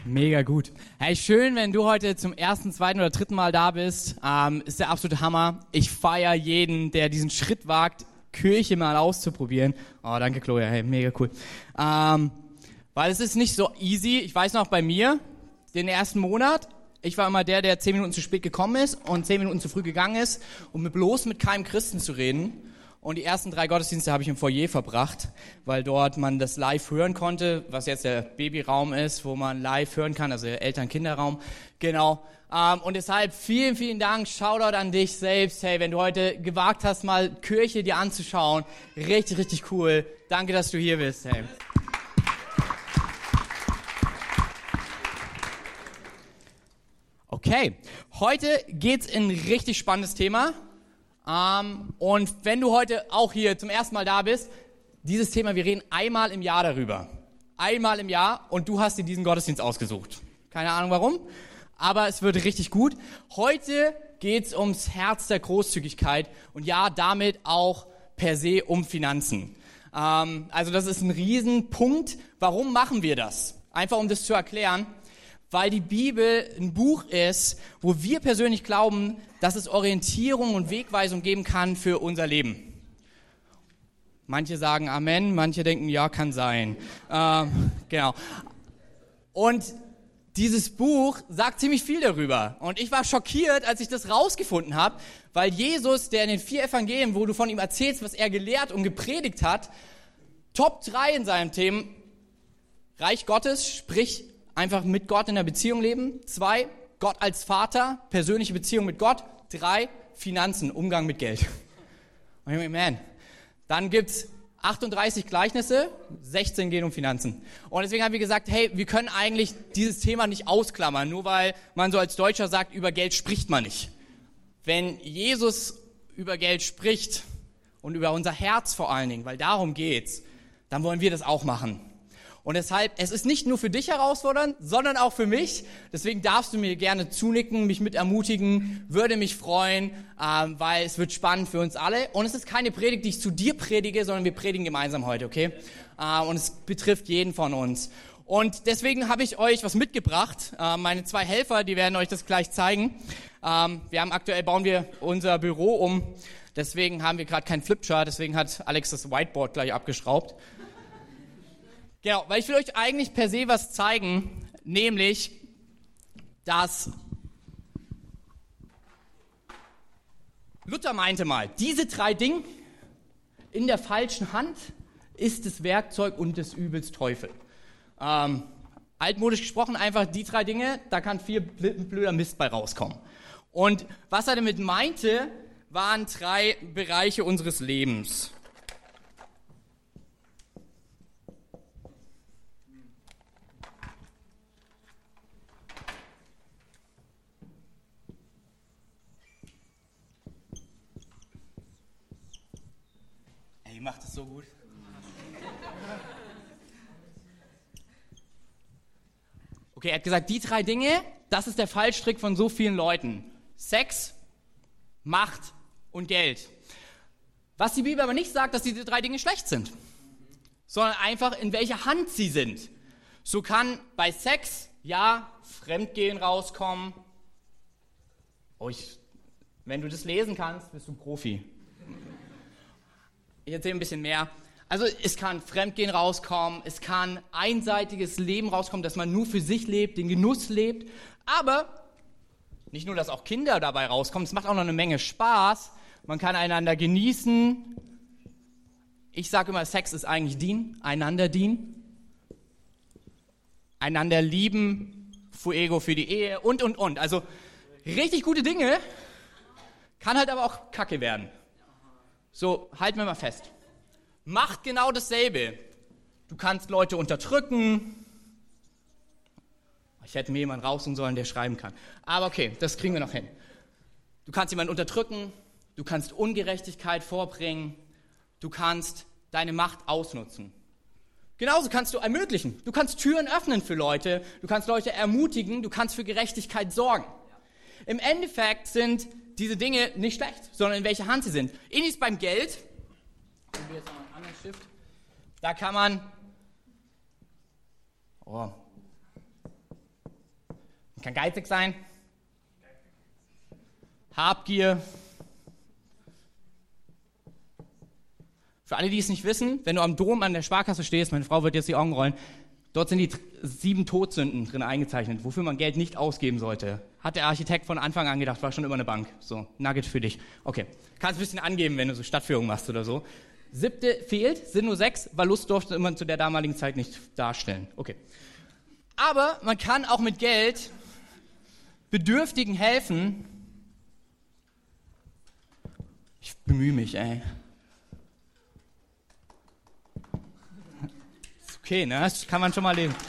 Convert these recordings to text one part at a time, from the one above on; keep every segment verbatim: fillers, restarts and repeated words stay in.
Mega gut. Hey, schön, wenn du heute zum ersten, zweiten oder dritten Mal da bist. Ähm, ist der absolute Hammer. Ich feiere jeden, der diesen Schritt wagt, Kirche mal auszuprobieren. Oh, danke, Chloe. Hey, mega cool. Ähm, weil es ist nicht so easy. Ich weiß noch bei mir, den ersten Monat, ich war immer der, der zehn Minuten zu spät gekommen ist und zehn Minuten zu früh gegangen ist, um mit bloß mit keinem Christen zu reden. Und die ersten drei Gottesdienste habe ich im Foyer verbracht, weil dort man das live hören konnte, was jetzt der Babyraum ist, wo man live hören kann, also der Eltern-Kinder-Raum. Genau. Ähm, und deshalb vielen, vielen Dank. Shoutout an dich selbst. Hey, wenn du heute gewagt hast, mal Kirche dir anzuschauen. Richtig, richtig cool. Danke, dass du hier bist. Hey. Okay, heute geht's in ein richtig spannendes Thema. Um, und wenn du heute auch hier zum ersten Mal da bist, dieses Thema, wir reden einmal im Jahr darüber. Einmal im Jahr und du hast dir diesen Gottesdienst ausgesucht. Keine Ahnung warum, aber es wird richtig gut. Heute geht's ums Herz der Großzügigkeit und ja, damit auch per se um Finanzen. Um, also das ist ein Riesenpunkt. Warum machen wir das? Einfach um das zu erklären. Weil die Bibel ein Buch ist, wo wir persönlich glauben, dass es Orientierung und Wegweisung geben kann für unser Leben. Manche sagen Amen, manche denken, ja, kann sein. Ähm, genau. Und dieses Buch sagt ziemlich viel darüber. Und ich war schockiert, als ich das rausgefunden habe, weil Jesus, der in den vier Evangelien, wo du von ihm erzählst, was er gelehrt und gepredigt hat, Top drei in seinem Thema, Reich Gottes, sprich einfach mit Gott in der Beziehung leben. Zwei, Gott als Vater, persönliche Beziehung mit Gott. Drei, Finanzen, Umgang mit Geld. Und ich meine, man, dann gibt's achtunddreißig Gleichnisse, sechzehn gehen um Finanzen. Und deswegen haben wir gesagt, hey, wir können eigentlich dieses Thema nicht ausklammern, nur weil man so als Deutscher sagt, über Geld spricht man nicht. Wenn Jesus über Geld spricht und über unser Herz vor allen Dingen, weil darum geht's, dann wollen wir das auch machen. Und deshalb, es ist nicht nur für dich herausfordernd, sondern auch für mich. Deswegen darfst du mir gerne zunicken, mich mit ermutigen, würde mich freuen, ähm, weil es wird spannend für uns alle. Und es ist keine Predigt, die ich zu dir predige, sondern wir predigen gemeinsam heute, okay? Äh, und es betrifft jeden von uns. Und deswegen habe ich euch was mitgebracht. Äh, meine zwei Helfer, die werden euch das gleich zeigen. Ähm, wir haben aktuell, bauen wir unser Büro um. Deswegen haben wir gerade kein Flipchart, deswegen hat Alex das Whiteboard gleich abgeschraubt. Genau, weil ich will euch eigentlich per se was zeigen, nämlich, dass Luther meinte mal, diese drei Dinge in der falschen Hand ist das Werkzeug und des Übels Teufel. Ähm, altmodisch gesprochen einfach die drei Dinge, da kann viel blöder Mist bei rauskommen. Und was er damit meinte, waren drei Bereiche unseres Lebens. Ihr macht es so gut. Okay, er hat gesagt, die drei Dinge, das ist der Fallstrick von so vielen Leuten. Sex, Macht und Geld. Was die Bibel aber nicht sagt, dass diese drei Dinge schlecht sind, sondern einfach in welcher Hand sie sind. So kann bei Sex, ja, Fremdgehen rauskommen. Oh, ich, wenn du das lesen kannst, bist du Profi. Ich erzähle ein bisschen mehr. Also es kann Fremdgehen rauskommen, es kann einseitiges Leben rauskommen, dass man nur für sich lebt, den Genuss lebt. Aber nicht nur, dass auch Kinder dabei rauskommen, es macht auch noch eine Menge Spaß. Man kann einander genießen. Ich sage immer, Sex ist eigentlich dienen, einander dienen. Einander lieben, Fuego für die Ehe und, und, und. Also richtig gute Dinge, kann halt aber auch Kacke werden. So, halten wir mal fest. Macht genau dasselbe. Du kannst Leute unterdrücken. Ich hätte mir jemanden raussuchen sollen, der schreiben kann. Aber okay, das kriegen wir noch hin. Du kannst jemanden unterdrücken. Du kannst Ungerechtigkeit vorbringen. Du kannst deine Macht ausnutzen. Genauso kannst du ermöglichen. Du kannst Türen öffnen für Leute. Du kannst Leute ermutigen. Du kannst für Gerechtigkeit sorgen. Im Endeffekt sind diese Dinge nicht schlecht, sondern in welcher Hand sie sind. Ähnlich beim Geld. Nehmen wir jetzt noch einen anderen Stift. Da kann man... Oh. Kann geizig sein. Habgier. Für alle, die es nicht wissen, wenn du am Dom an der Sparkasse stehst, meine Frau wird jetzt die Augen rollen, dort sind die sieben Todsünden drin eingezeichnet, wofür man Geld nicht ausgeben sollte. Hat der Architekt von Anfang an gedacht, war schon immer eine Bank. So, Nugget für dich. Okay, kannst ein bisschen angeben, wenn du so Stadtführung machst oder so. Siebte fehlt, sind nur sechs, weil Lust durfte man zu der damaligen Zeit nicht darstellen. Okay. Aber man kann auch mit Geld Bedürftigen helfen. Ich bemühe mich, ey. Ist okay, ne? Das kann man schon mal lesen.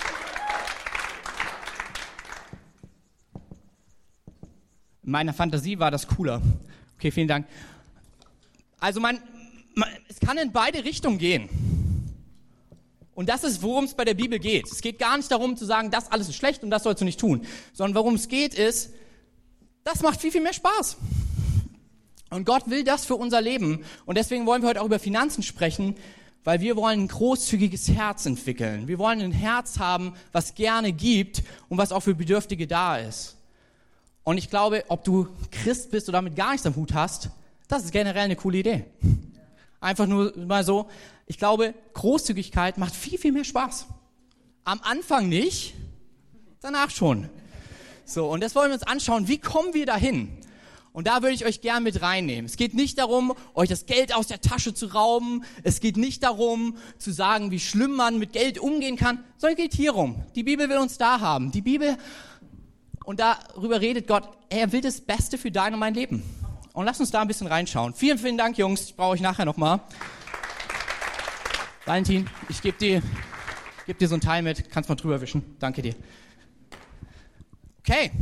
In meiner Fantasie war das cooler. Okay, vielen Dank. Also man, man es kann in beide Richtungen gehen. Und das ist, worum es bei der Bibel geht. Es geht gar nicht darum zu sagen, das alles ist schlecht und das sollst du nicht tun. Sondern worum es geht ist, das macht viel, viel mehr Spaß. Und Gott will das für unser Leben. Und deswegen wollen wir heute auch über Finanzen sprechen, weil wir wollen ein großzügiges Herz entwickeln. Wir wollen ein Herz haben, was gerne gibt und was auch für Bedürftige da ist. Und ich glaube, ob du Christ bist oder damit gar nichts am Hut hast, das ist generell eine coole Idee. Einfach nur mal so. Ich glaube, Großzügigkeit macht viel, viel mehr Spaß. Am Anfang nicht, danach schon. So, und das wollen wir uns anschauen. Wie kommen wir dahin? Und da würde ich euch gern mit reinnehmen. Es geht nicht darum, euch das Geld aus der Tasche zu rauben. Es geht nicht darum, zu sagen, wie schlimm man mit Geld umgehen kann, sondern es geht hier rum. Die Bibel will uns da haben. Die Bibel, und darüber redet Gott, er will das Beste für dein und mein Leben. Und lass uns da ein bisschen reinschauen. Vielen, vielen Dank, Jungs. Ich brauche euch nachher nochmal. Valentin, ich gebe dir, geb dir so ein Teil mit. Kannst mal drüber wischen. Danke dir. Okay.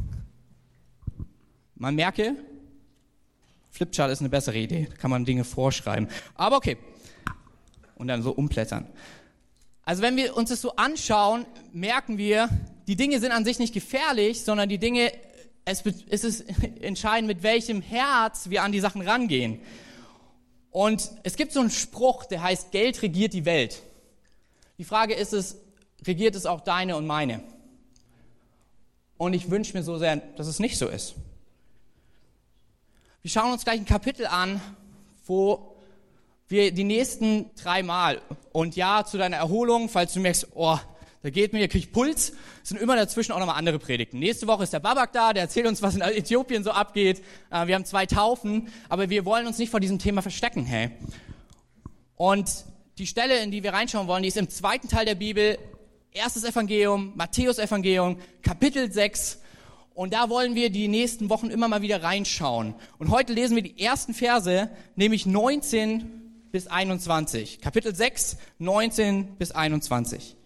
Man merke, Flipchart ist eine bessere Idee. Da kann man Dinge vorschreiben. Aber okay. Und dann so umplättern. Also wenn wir uns das so anschauen, merken wir, die Dinge sind an sich nicht gefährlich, sondern die Dinge, es, es ist entscheidend, mit welchem Herz wir an die Sachen rangehen. Und es gibt so einen Spruch, der heißt, Geld regiert die Welt. Die Frage ist es, regiert es auch deine und meine? Und ich wünsche mir so sehr, dass es nicht so ist. Wir schauen uns gleich ein Kapitel an, wo wir die nächsten drei Mal, und ja, zu deiner Erholung, falls du merkst, oh, da geht mir, krieg ich Puls, sind immer dazwischen auch nochmal andere Predigten. Nächste Woche ist der Babak da, der erzählt uns, was in Äthiopien so abgeht. Wir haben zwei Taufen, aber wir wollen uns nicht vor diesem Thema verstecken, hey. Und die Stelle, in die wir reinschauen wollen, die ist im zweiten Teil der Bibel, erstes Evangelium, Matthäus Evangelium, Kapitel sechs. Und da wollen wir die nächsten Wochen immer mal wieder reinschauen. Und heute lesen wir die ersten Verse, nämlich neunzehn bis einundzwanzig. Kapitel sechs, neunzehn bis einundzwanzig.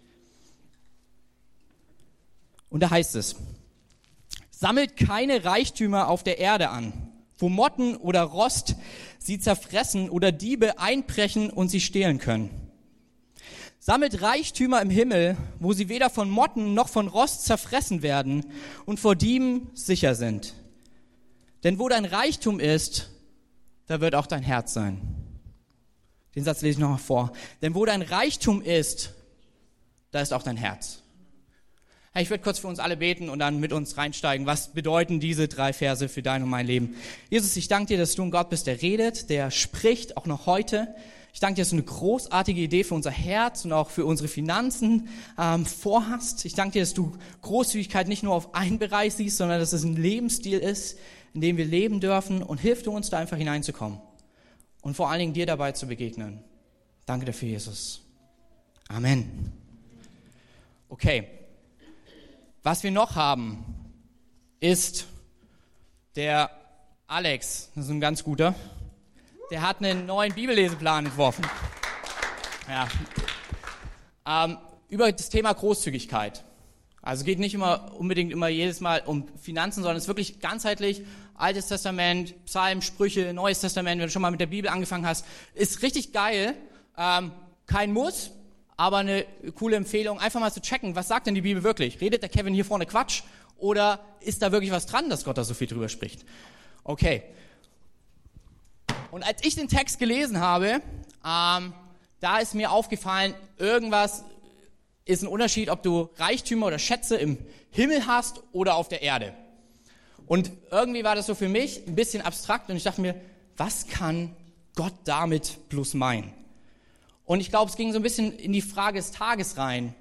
Und da heißt es, sammelt keine Reichtümer auf der Erde an, wo Motten oder Rost sie zerfressen oder Diebe einbrechen und sie stehlen können. Sammelt Reichtümer im Himmel, wo sie weder von Motten noch von Rost zerfressen werden und vor Dieben sicher sind. Denn wo dein Reichtum ist, da wird auch dein Herz sein. Den Satz lese ich nochmal vor. Denn wo dein Reichtum ist, da ist auch dein Herz. Hey, ich werde kurz für uns alle beten und dann mit uns reinsteigen. Was bedeuten diese drei Verse für dein und mein Leben? Jesus, ich danke dir, dass du ein Gott bist, der redet, der spricht, auch noch heute. Ich danke dir, dass du eine großartige Idee für unser Herz und auch für unsere Finanzen ähm, vorhast. Ich danke dir, dass du Großzügigkeit nicht nur auf einen Bereich siehst, sondern dass es ein Lebensstil ist, in dem wir leben dürfen. Und hilf du uns, da einfach hineinzukommen. Und vor allen Dingen dir dabei zu begegnen. Danke dafür, Jesus. Amen. Okay. Was wir noch haben, ist der Alex. Das ist ein ganz guter. Der hat einen neuen Bibelleseplan entworfen. Ja. Ähm, über das Thema Großzügigkeit. Also es geht nicht immer unbedingt immer jedes Mal um Finanzen, sondern es ist wirklich ganzheitlich. Altes Testament, Psalmen, Sprüche, Neues Testament, wenn du schon mal mit der Bibel angefangen hast, ist richtig geil. Ähm, kein Muss, aber eine coole Empfehlung, einfach mal zu checken, was sagt denn die Bibel wirklich? Redet der Kevin hier vorne Quatsch oder ist da wirklich was dran, dass Gott da so viel drüber spricht? Okay. Und als ich den Text gelesen habe, ähm, da ist mir aufgefallen, irgendwas ist ein Unterschied, ob du Reichtümer oder Schätze im Himmel hast oder auf der Erde. Und irgendwie war das so für mich ein bisschen abstrakt und ich dachte mir, was kann Gott damit bloß meinen? Und ich glaube, es ging so ein bisschen in die Frage des Tages rein.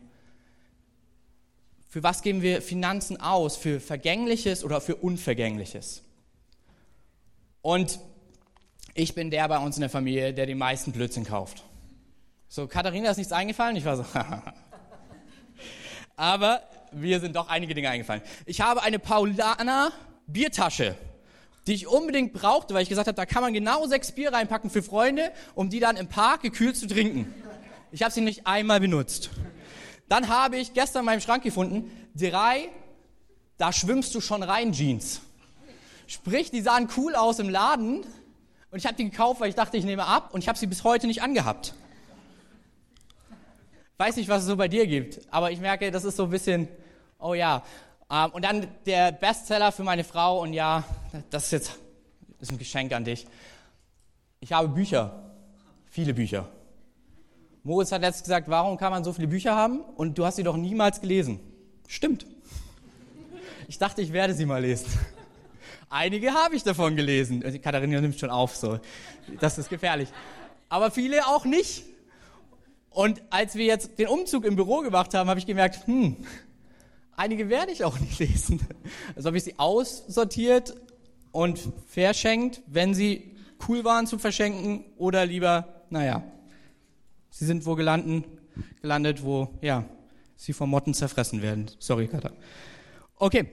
Für was geben wir Finanzen aus? Für Vergängliches oder für Unvergängliches? Und ich bin der bei uns in der Familie, der den meisten Blödsinn kauft. So, Katharina ist nichts eingefallen? Ich war so, aber mir sind doch einige Dinge eingefallen. Ich habe eine Paulaner Biertasche, die ich unbedingt brauchte, weil ich gesagt habe, da kann man genau sechs Bier reinpacken für Freunde, um die dann im Park gekühlt zu trinken. Ich habe sie nicht einmal benutzt. Dann habe ich gestern in meinem Schrank gefunden, drei, da schwimmst du schon rein, Jeans. Sprich, die sahen cool aus im Laden und ich habe die gekauft, weil ich dachte, ich nehme ab und ich habe sie bis heute nicht angehabt. Weiß nicht, was es so bei dir gibt, aber ich merke, das ist so ein bisschen, oh ja. Und dann der Bestseller für meine Frau und ja, das ist jetzt das ist ein Geschenk an dich. Ich habe Bücher, viele Bücher. Moritz hat letztens gesagt, warum kann man so viele Bücher haben und du hast sie doch niemals gelesen. Stimmt. Ich dachte, ich werde sie mal lesen. Einige habe ich davon gelesen. Katharina nimmt schon auf, so. Das ist gefährlich. Aber viele auch nicht. Und als wir jetzt den Umzug im Büro gemacht haben, habe ich gemerkt, hm, einige werde ich auch nicht lesen. Also habe ich sie aussortiert und verschenkt, wenn sie cool waren zu verschenken oder lieber, naja, sie sind wo gelandet, gelandet, wo, ja, sie von Motten zerfressen werden. Sorry, Katha. Okay.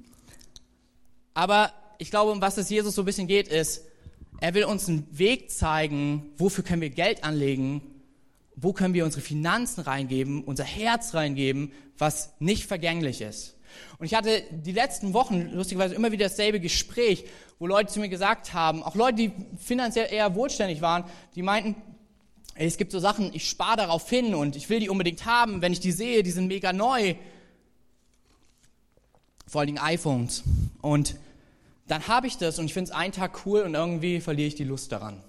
Aber ich glaube, um was es Jesus so ein bisschen geht, ist, er will uns einen Weg zeigen, wofür können wir Geld anlegen, wo können wir unsere Finanzen reingeben, unser Herz reingeben, was nicht vergänglich ist. Und ich hatte die letzten Wochen lustigerweise immer wieder dasselbe Gespräch, wo Leute zu mir gesagt haben, auch Leute, die finanziell eher wohlständig waren, die meinten, ey, es gibt so Sachen, ich spare darauf hin und ich will die unbedingt haben, wenn ich die sehe, die sind mega neu. Vor allen Dingen iPhones. Und dann habe ich das und ich finde es einen Tag cool und irgendwie verliere ich die Lust daran.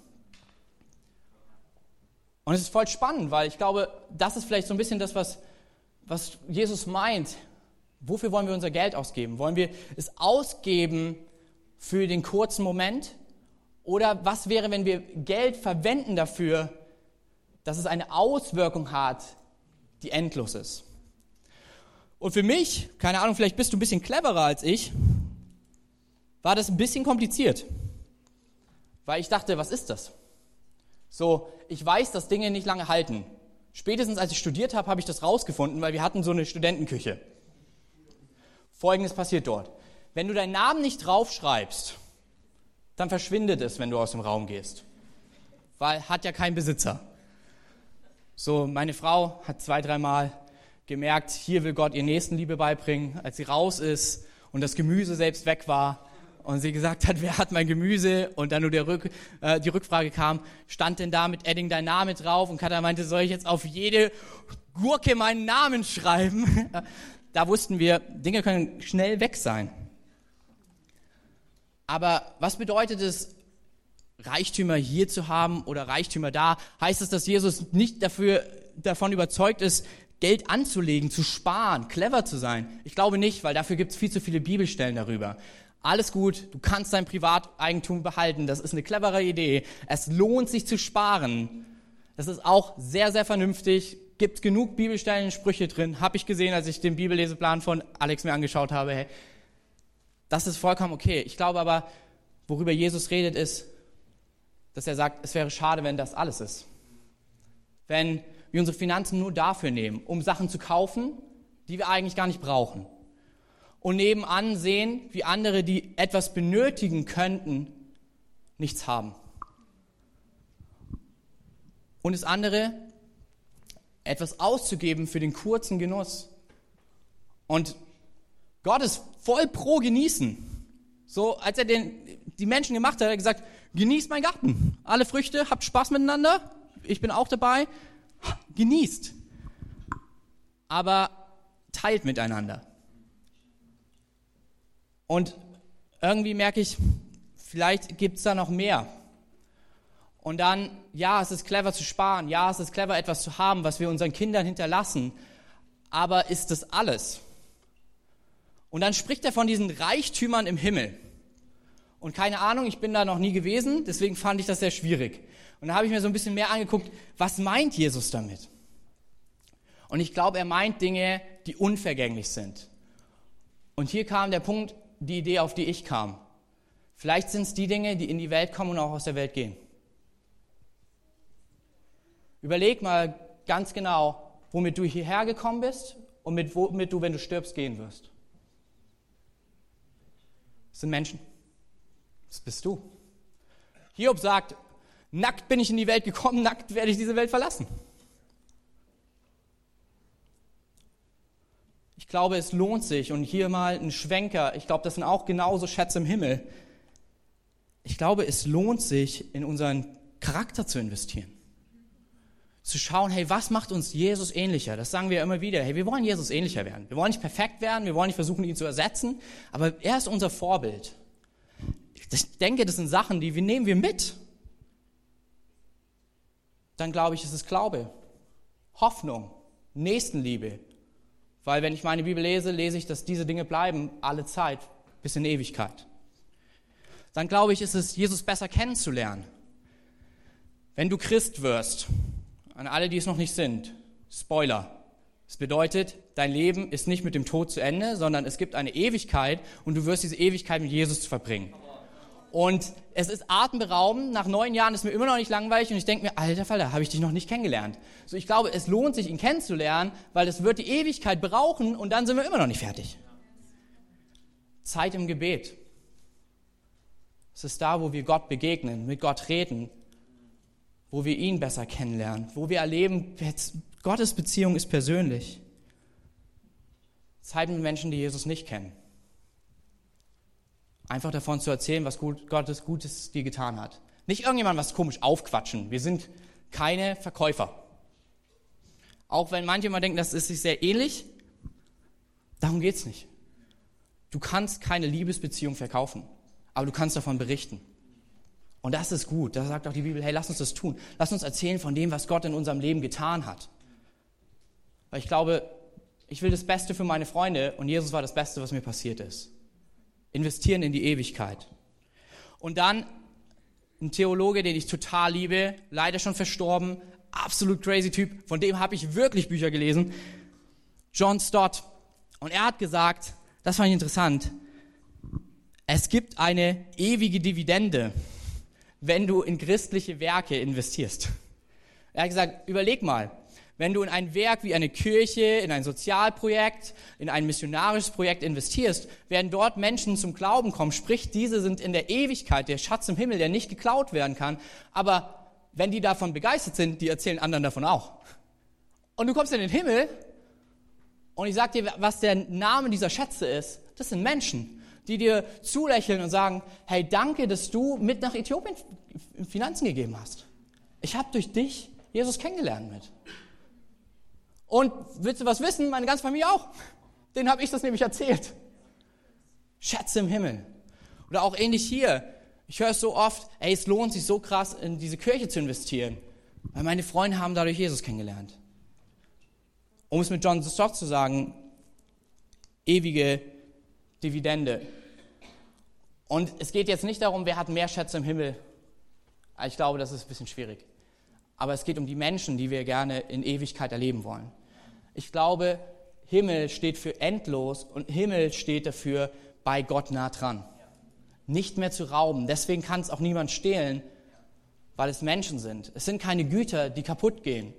Und es ist voll spannend, weil ich glaube, das ist vielleicht so ein bisschen das, was, was Jesus meint. Wofür wollen wir unser Geld ausgeben? Wollen wir es ausgeben für den kurzen Moment? Oder was wäre, wenn wir Geld verwenden dafür, dass es eine Auswirkung hat, die endlos ist? Und für mich, keine Ahnung, vielleicht bist du ein bisschen cleverer als ich, war das ein bisschen kompliziert. Weil ich dachte, was ist das? So, ich weiß, dass Dinge nicht lange halten. Spätestens als ich studiert habe, habe ich das rausgefunden, weil wir hatten so eine Studentenküche. Folgendes passiert dort. Wenn du deinen Namen nicht draufschreibst, dann verschwindet es, wenn du aus dem Raum gehst. Weil hat ja kein Besitzer. So, meine Frau hat zwei, dreimal gemerkt, hier will Gott ihr Nächstenliebe beibringen, als sie raus ist und das Gemüse selbst weg war. Und sie gesagt hat, wer hat mein Gemüse? Und dann nur der Rück, äh, die Rückfrage kam, stand denn da mit Edding dein Name drauf? Und Katha meinte, soll ich jetzt auf jede Gurke meinen Namen schreiben? Da wussten wir, Dinge können schnell weg sein. Aber was bedeutet es, Reichtümer hier zu haben oder Reichtümer da? Heißt es, dass Jesus nicht dafür, davon überzeugt ist, Geld anzulegen, zu sparen, clever zu sein? Ich glaube nicht, weil dafür gibt es viel zu viele Bibelstellen darüber. Alles gut, du kannst dein Privateigentum behalten, das ist eine clevere Idee. Es lohnt sich zu sparen. Das ist auch sehr, sehr vernünftig. Gibt genug Bibelstellen und Sprüche drin. Habe ich gesehen, als ich den Bibelleseplan von Alex mir angeschaut habe. Hey, das ist vollkommen okay. Ich glaube aber, worüber Jesus redet, ist, dass er sagt, es wäre schade, wenn das alles ist. Wenn wir unsere Finanzen nur dafür nehmen, um Sachen zu kaufen, die wir eigentlich gar nicht brauchen. Und nebenan sehen, wie andere, die etwas benötigen könnten, nichts haben. Und das andere, etwas auszugeben für den kurzen Genuss. Und Gott ist voll pro Genießen. So, als er den, die Menschen gemacht hat, hat er gesagt, genießt meinen Garten. Alle Früchte, habt Spaß miteinander. Ich bin auch dabei. Genießt. Aber teilt miteinander. Und irgendwie merke ich, vielleicht gibt es da noch mehr. Und dann, ja, es ist clever zu sparen, ja, es ist clever, etwas zu haben, was wir unseren Kindern hinterlassen. aber ist das alles? Und dann spricht er von diesen Reichtümern im Himmel. Und keine Ahnung, ich bin da noch nie gewesen, deswegen fand ich das sehr schwierig. Und da habe ich mir so ein bisschen mehr angeguckt, was meint Jesus damit? Und ich glaube, er meint Dinge, die unvergänglich sind. Und hier kam der Punkt, die Idee, auf die ich kam. Vielleicht sind es die Dinge, die in die Welt kommen und auch aus der Welt gehen. Überleg mal ganz genau, womit du hierher gekommen bist und mit womit du, wenn du stirbst, gehen wirst. Das sind Menschen. Das bist du. Hiob sagt, nackt bin ich in die Welt gekommen, nackt werde ich diese Welt verlassen. Ich glaube, es lohnt sich, und hier mal ein Schwenker, ich glaube, das sind auch genauso Schätze im Himmel. Ich glaube, es lohnt sich, in unseren Charakter zu investieren. Zu schauen, hey, was macht uns Jesus ähnlicher? Das sagen wir ja immer wieder. Hey, wir wollen Jesus ähnlicher werden. Wir wollen nicht perfekt werden, wir wollen nicht versuchen, ihn zu ersetzen, aber er ist unser Vorbild. Ich denke, das sind Sachen, die wir nehmen wir mit. Dann glaube ich, ist es Glaube, Hoffnung, Nächstenliebe. Weil wenn ich meine Bibel lese, lese ich, dass diese Dinge bleiben alle Zeit bis in Ewigkeit. Dann glaube ich, ist es, Jesus besser kennenzulernen. Wenn du Christ wirst, an alle, die es noch nicht sind, Spoiler. Das bedeutet, dein Leben ist nicht mit dem Tod zu Ende, sondern es gibt eine Ewigkeit und du wirst diese Ewigkeit mit Jesus verbringen. Und es ist atemberaubend, nach neun Jahren ist mir immer noch nicht langweilig und ich denke mir, alter Falter, habe ich dich noch nicht kennengelernt. So, ich glaube, es lohnt sich, ihn kennenzulernen, weil es wird die Ewigkeit brauchen und dann sind wir immer noch nicht fertig. Zeit im Gebet. Es ist da, wo wir Gott begegnen, mit Gott reden, wo wir ihn besser kennenlernen, wo wir erleben, Gottes Beziehung ist persönlich. Zeit mit Menschen, die Jesus nicht kennen. Einfach davon zu erzählen, was gut, Gottes Gutes dir getan hat. Nicht irgendjemand was komisch aufquatschen. Wir sind keine Verkäufer. Auch wenn manche mal denken, das ist sich sehr ähnlich, darum geht's nicht. Du kannst keine Liebesbeziehung verkaufen, aber du kannst davon berichten. Und das ist gut. Da sagt auch die Bibel, hey, lass uns das tun. Lass uns erzählen von dem, was Gott in unserem Leben getan hat. Weil ich glaube, ich will das Beste für meine Freunde und Jesus war das Beste, was mir passiert ist. Investieren in die Ewigkeit. Und dann ein Theologe, den ich total liebe, leider schon verstorben, absolut crazy Typ, von dem habe ich wirklich Bücher gelesen, John Stott. Und er hat gesagt, das fand ich interessant, es gibt eine ewige Dividende, wenn du in christliche Werke investierst. Er hat gesagt, überleg mal, wenn du in ein Werk wie eine Kirche, in ein Sozialprojekt, in ein missionarisches Projekt investierst, werden dort Menschen zum Glauben kommen. Sprich, diese sind in der Ewigkeit, der Schatz im Himmel, der nicht geklaut werden kann. Aber wenn die davon begeistert sind, die erzählen anderen davon auch. Und du kommst in den Himmel und ich sag dir, was der Name dieser Schätze ist. Das sind Menschen, die dir zulächeln und sagen, hey, danke, dass du mit nach Äthiopien Finanzen gegeben hast. Ich habe durch dich Jesus kennengelernt mit. Und willst du was wissen? Meine ganze Familie auch. Denen habe ich das nämlich erzählt. Schätze im Himmel. Oder auch ähnlich hier. Ich höre es so oft, ey, es lohnt sich so krass, in diese Kirche zu investieren. Weil meine Freunde haben dadurch Jesus kennengelernt. Um es mit John Stott zu sagen, ewige Dividende. Und es geht jetzt nicht darum, wer hat mehr Schätze im Himmel. Ich glaube, das ist ein bisschen schwierig. Aber es geht um die Menschen, die wir gerne in Ewigkeit erleben wollen. Ich glaube, Himmel steht für endlos und Himmel steht dafür, bei Gott nah dran. Nicht mehr zu rauben. Deswegen kann es auch niemand stehlen, weil es Menschen sind. Es sind keine Güter, die kaputt gehen.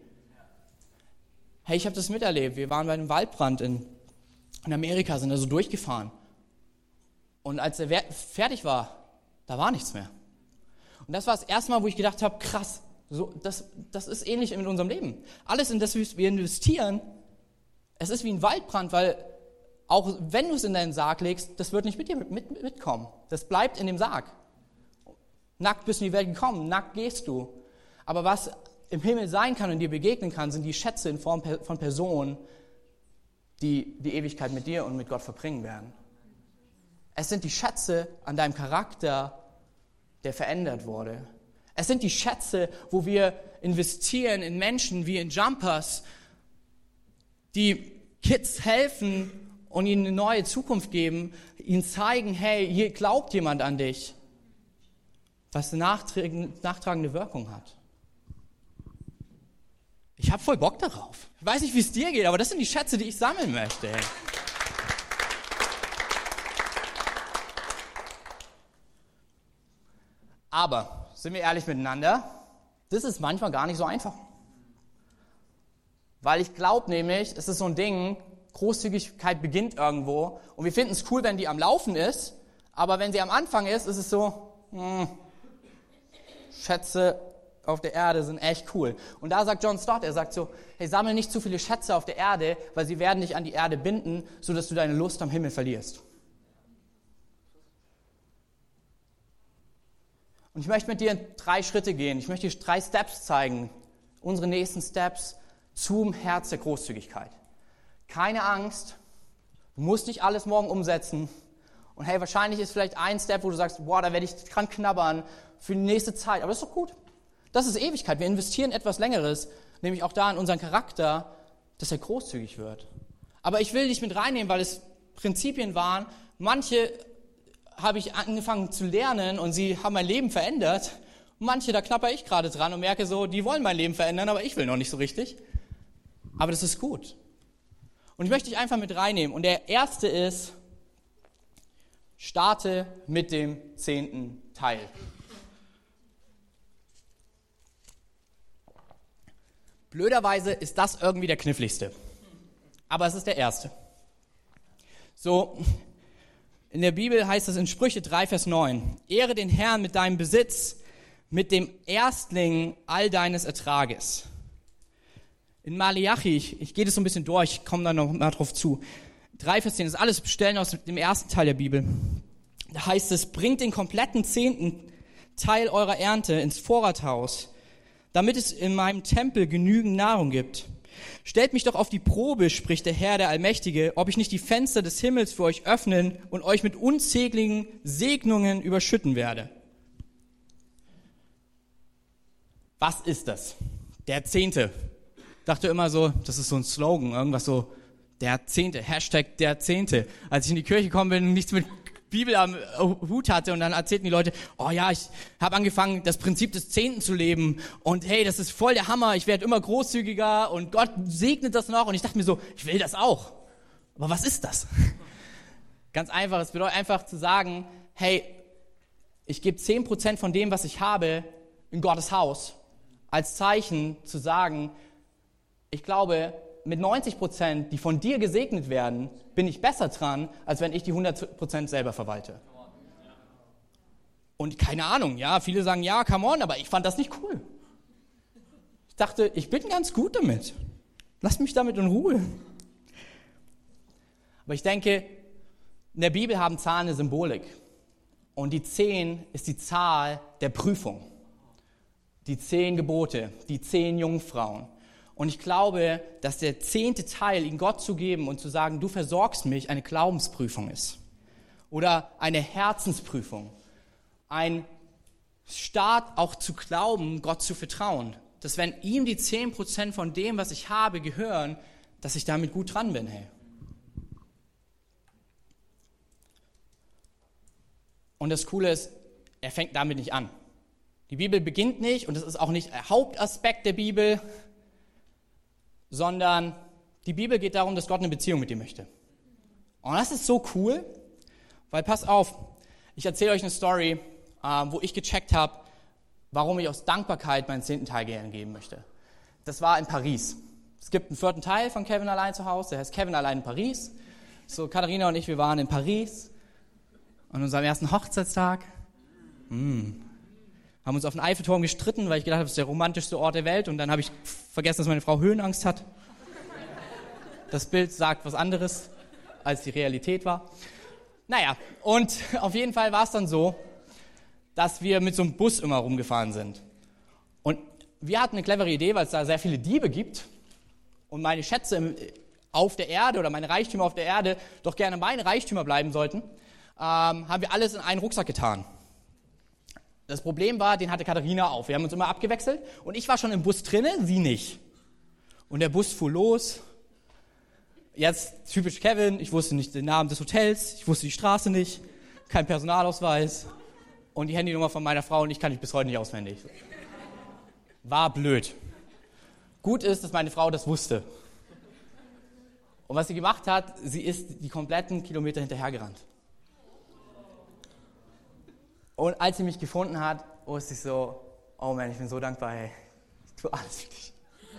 Hey, ich habe das miterlebt. Wir waren bei einem Waldbrand in, in Amerika, sind da so durchgefahren. Und als er fertig war, da war nichts mehr. Und das war das erste Mal, wo ich gedacht habe, krass, so, das, das ist ähnlich in unserem Leben. Alles, in das wir investieren, es ist wie ein Waldbrand, weil auch wenn du es in deinen Sarg legst, das wird nicht mit dir mit, mit, mitkommen. Das bleibt in dem Sarg. Nackt bist du in die Welt gekommen, nackt gehst du. Aber was im Himmel sein kann und dir begegnen kann, sind die Schätze in Form von Personen, die die Ewigkeit mit dir und mit Gott verbringen werden. Es sind die Schätze an deinem Charakter, der verändert wurde. Es sind die Schätze, wo wir investieren in Menschen wie in Jumpers, die Kids helfen und ihnen eine neue Zukunft geben, ihnen zeigen, hey, hier glaubt jemand an dich, was eine nachtragende Wirkung hat. Ich habe voll Bock darauf. Ich weiß nicht, wie es dir geht, aber das sind die Schätze, die ich sammeln möchte. Hey. Aber, sind wir ehrlich miteinander, das ist manchmal gar nicht so einfach. Weil ich glaube nämlich, es ist so ein Ding, Großzügigkeit beginnt irgendwo und wir finden es cool, wenn die am Laufen ist, aber wenn sie am Anfang ist, ist es so, mh, Schätze auf der Erde sind echt cool. Und da sagt John Stott, er sagt so, hey, sammel nicht zu viele Schätze auf der Erde, weil sie werden dich an die Erde binden, sodass du deine Lust am Himmel verlierst. Und ich möchte mit dir in drei Schritte gehen. Ich möchte dir drei Steps zeigen, unsere nächsten Steps zum Herz der Großzügigkeit. Keine Angst, du musst nicht alles morgen umsetzen. Und hey, wahrscheinlich ist vielleicht ein Step, wo du sagst, boah, da werde ich dran knabbern für die nächste Zeit. Aber das ist doch gut. Das ist Ewigkeit. Wir investieren etwas Längeres, nämlich auch da in unseren Charakter, dass er großzügig wird. Aber ich will dich mit reinnehmen, weil es Prinzipien waren. Manche habe ich angefangen zu lernen und sie haben mein Leben verändert. Manche, da knapper ich gerade dran und merke so, die wollen mein Leben verändern, aber ich will noch nicht so richtig. Aber das ist gut. Und ich möchte dich einfach mit reinnehmen. Und der erste ist, starte mit dem zehnten Teil. Blöderweise ist das irgendwie der kniffligste. Aber es ist der erste. So, in der Bibel heißt es in Sprüche drei, Vers neun, Ehre den Herrn mit deinem Besitz, mit dem Erstling all deines Ertrages. In Maleachi, ich, ich gehe das so ein bisschen durch, ich komme da noch mal drauf zu. drei, Vers zehn, das ist alles Stellen aus dem ersten Teil der Bibel. Da heißt es, bringt den kompletten zehnten Teil eurer Ernte ins Vorrathaus, damit es in meinem Tempel genügend Nahrung gibt. Stellt mich doch auf die Probe, spricht der Herr, der Allmächtige, ob ich nicht die Fenster des Himmels für euch öffnen und euch mit unzähligen Segnungen überschütten werde. Was ist das? Der Zehnte. Ich dachte immer so, das ist so ein Slogan, irgendwas so, der Zehnte, Hashtag der Zehnte. Als ich in die Kirche gekommen bin und nichts mit Bibel am Hut hatte und dann erzählten die Leute, oh ja, ich habe angefangen, das Prinzip des Zehnten zu leben und hey, das ist voll der Hammer, ich werde immer großzügiger und Gott segnet das noch und ich dachte mir so, ich will das auch. Aber was ist das? Ganz einfach, es bedeutet einfach zu sagen, hey, ich gebe zehn Prozent von dem, was ich habe, in Gottes Haus, als Zeichen zu sagen, ich glaube, mit neunzig Prozent, die von dir gesegnet werden, bin ich besser dran, als wenn ich die hundert Prozent selber verwalte. Und keine Ahnung, ja, viele sagen, ja, come on, aber ich fand das nicht cool. Ich dachte, ich bin ganz gut damit. Lasst mich damit in Ruhe. Aber ich denke, in der Bibel haben Zahlen eine Symbolik. Und die zehn ist die Zahl der Prüfung. Die zehn Gebote, die zehn Jungfrauen. Und ich glaube, dass der zehnte Teil, ihn Gott zu geben und zu sagen, du versorgst mich, eine Glaubensprüfung ist. Oder eine Herzensprüfung. Ein Start auch zu glauben, Gott zu vertrauen. Dass wenn ihm die zehn Prozent von dem, was ich habe, gehören, dass ich damit gut dran bin. Hey. Und das Coole ist, er fängt damit nicht an. Die Bibel beginnt nicht, und das ist auch nicht der Hauptaspekt der Bibel, sondern die Bibel geht darum, dass Gott eine Beziehung mit dir möchte. Und das ist so cool, weil pass auf, ich erzähle euch eine Story, äh, wo ich gecheckt habe, warum ich aus Dankbarkeit meinen zehnten Teil gerne geben möchte. Das war in Paris. Es gibt einen vierten Teil von Kevin allein zu Hause, der heißt Kevin allein in Paris. So, Katharina und ich, wir waren in Paris an unserem ersten Hochzeitstag. Mm. Haben uns auf den Eiffelturm gestritten, weil ich gedacht habe, das ist der romantischste Ort der Welt. Und dann habe ich vergessen, dass meine Frau Höhenangst hat. Das Bild sagt was anderes, als die Realität war. Naja, und auf jeden Fall war es dann so, dass wir mit so einem Bus immer rumgefahren sind. Und wir hatten eine clevere Idee, weil es da sehr viele Diebe gibt und meine Schätze im, auf der Erde oder meine Reichtümer auf der Erde doch gerne meine Reichtümer bleiben sollten, ähm, haben wir alles in einen Rucksack getan. Das Problem war, den hatte Katharina auf. Wir haben uns immer abgewechselt und ich war schon im Bus drinne, sie nicht. Und der Bus fuhr los Jetzt typisch Kevin, ich wusste nicht den Namen des Hotels, ich wusste die Straße nicht, kein Personalausweis und die Handynummer von meiner Frau und ich kann ich bis heute nicht auswendig. War blöd. Gut ist, dass meine Frau das wusste. Und was sie gemacht hat, sie ist die kompletten Kilometer hinterhergerannt. Und als sie mich gefunden hat, wusste ich so, oh Mann, ich bin so dankbar, hey, ich tue alles für dich.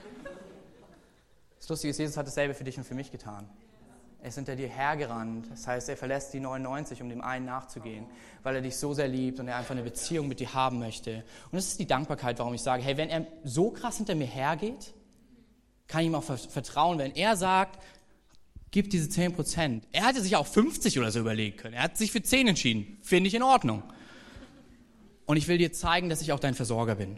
Das Lustige ist, Jesus hat dasselbe für dich und für mich getan. Er ist hinter dir hergerannt, das heißt, er verlässt die neunundneunzig, um dem einen nachzugehen, weil er dich so sehr liebt und er einfach eine Beziehung mit dir haben möchte. Und das ist die Dankbarkeit, warum ich sage, hey, wenn er so krass hinter mir hergeht, kann ich ihm auch vertrauen, wenn er sagt, gib diese zehn Prozent. Er hätte sich auch fünfzig oder so überlegen können. Er hat sich für zehn entschieden. Finde ich in Ordnung. Und ich will dir zeigen, dass ich auch dein Versorger bin.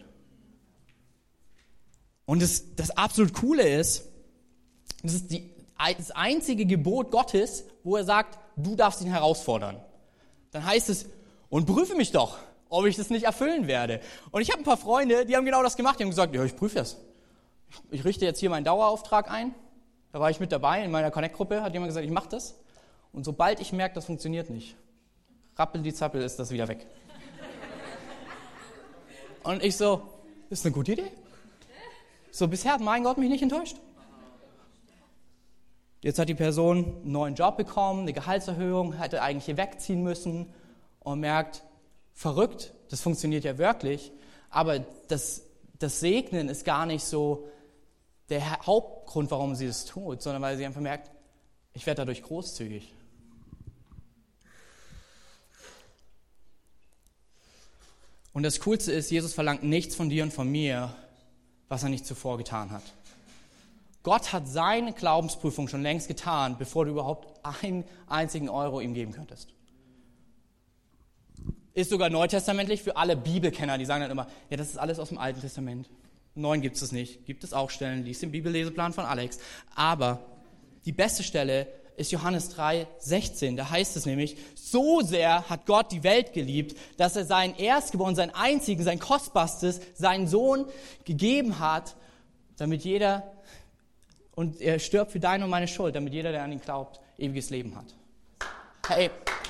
Und das, das absolut Coole ist, das ist die, das einzige Gebot Gottes, wo er sagt, du darfst ihn herausfordern. Dann heißt es, und prüfe mich doch, ob ich das nicht erfüllen werde. Und ich habe ein paar Freunde, die haben genau das gemacht. Die haben gesagt, ja, ich prüfe es. Ich richte jetzt hier meinen Dauerauftrag ein. Da war ich mit dabei, in meiner Connect-Gruppe hat jemand gesagt, ich mache das. Und sobald ich merke, das funktioniert nicht, rappel die Zappel, ist das wieder weg. Und ich so, ist eine gute Idee. So, bisher hat mein Gott mich nicht enttäuscht. Jetzt hat die Person einen neuen Job bekommen, eine Gehaltserhöhung, hätte eigentlich hier wegziehen müssen und merkt, verrückt, das funktioniert ja wirklich, aber das, das Segnen ist gar nicht so der Hauptgrund, warum sie es tut, sondern weil sie einfach merkt, ich werde dadurch großzügig. Und das Coolste ist, Jesus verlangt nichts von dir und von mir, was er nicht zuvor getan hat. Gott hat seine Glaubensprüfung schon längst getan, bevor du überhaupt einen einzigen Euro ihm geben könntest. Ist sogar neutestamentlich für alle Bibelkenner, die sagen dann immer, ja, das ist alles aus dem Alten Testament. Im Neuen gibt es das nicht. Gibt es auch Stellen, lies den Bibelleseplan von Alex. Aber die beste Stelle ist Johannes drei sechzehn. Da heißt es nämlich, so sehr hat Gott die Welt geliebt, dass er seinen Erstgeborenen, seinen einzigen, sein Kostbarstes, seinen Sohn gegeben hat, damit jeder, und er stirbt für deine und meine Schuld, damit jeder, der an ihn glaubt, ewiges Leben hat. Hey.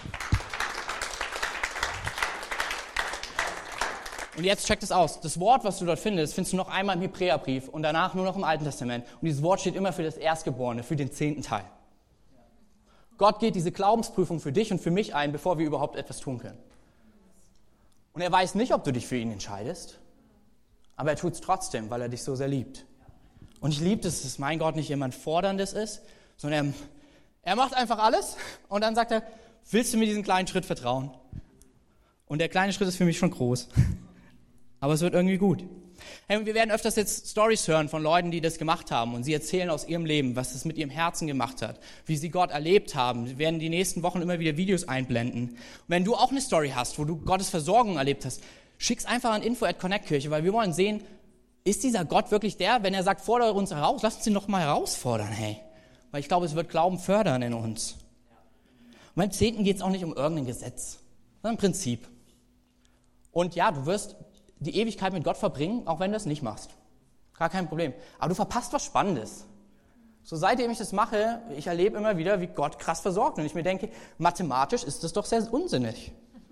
Und jetzt check das aus. Das Wort, was du dort findest, findest du noch einmal im Hebräerbrief und danach nur noch im Alten Testament. Und dieses Wort steht immer für das Erstgeborene, für den zehnten Teil. Gott geht diese Glaubensprüfung für dich und für mich ein, bevor wir überhaupt etwas tun können. Und er weiß nicht, ob du dich für ihn entscheidest, aber er tut es trotzdem, weil er dich so sehr liebt. Und ich liebe es, dass mein Gott nicht jemand Forderndes ist, sondern er, er macht einfach alles und dann sagt er, willst du mir diesen kleinen Schritt vertrauen? Und der kleine Schritt ist für mich schon groß. Aber es wird irgendwie gut. Hey, und wir werden öfters jetzt Storys hören von Leuten, die das gemacht haben. Und sie erzählen aus ihrem Leben, was es mit ihrem Herzen gemacht hat, wie sie Gott erlebt haben. Wir werden die nächsten Wochen immer wieder Videos einblenden. Und wenn du auch eine Story hast, wo du Gottes Versorgung erlebt hast, schick's einfach an info at connect kirche, weil wir wollen sehen, ist dieser Gott wirklich der, wenn er sagt, fordere uns heraus, lass uns ihn doch mal herausfordern, hey. Weil ich glaube, es wird Glauben fördern in uns. Und beim Zehnten geht es auch nicht um irgendein Gesetz, sondern ein Prinzip. Und ja, du wirst die Ewigkeit mit Gott verbringen, auch wenn du das nicht machst. Gar kein Problem. Aber du verpasst was Spannendes. So seitdem ich das mache, ich erlebe immer wieder, wie Gott krass versorgt. Und ich mir denke, mathematisch ist das doch sehr unsinnig.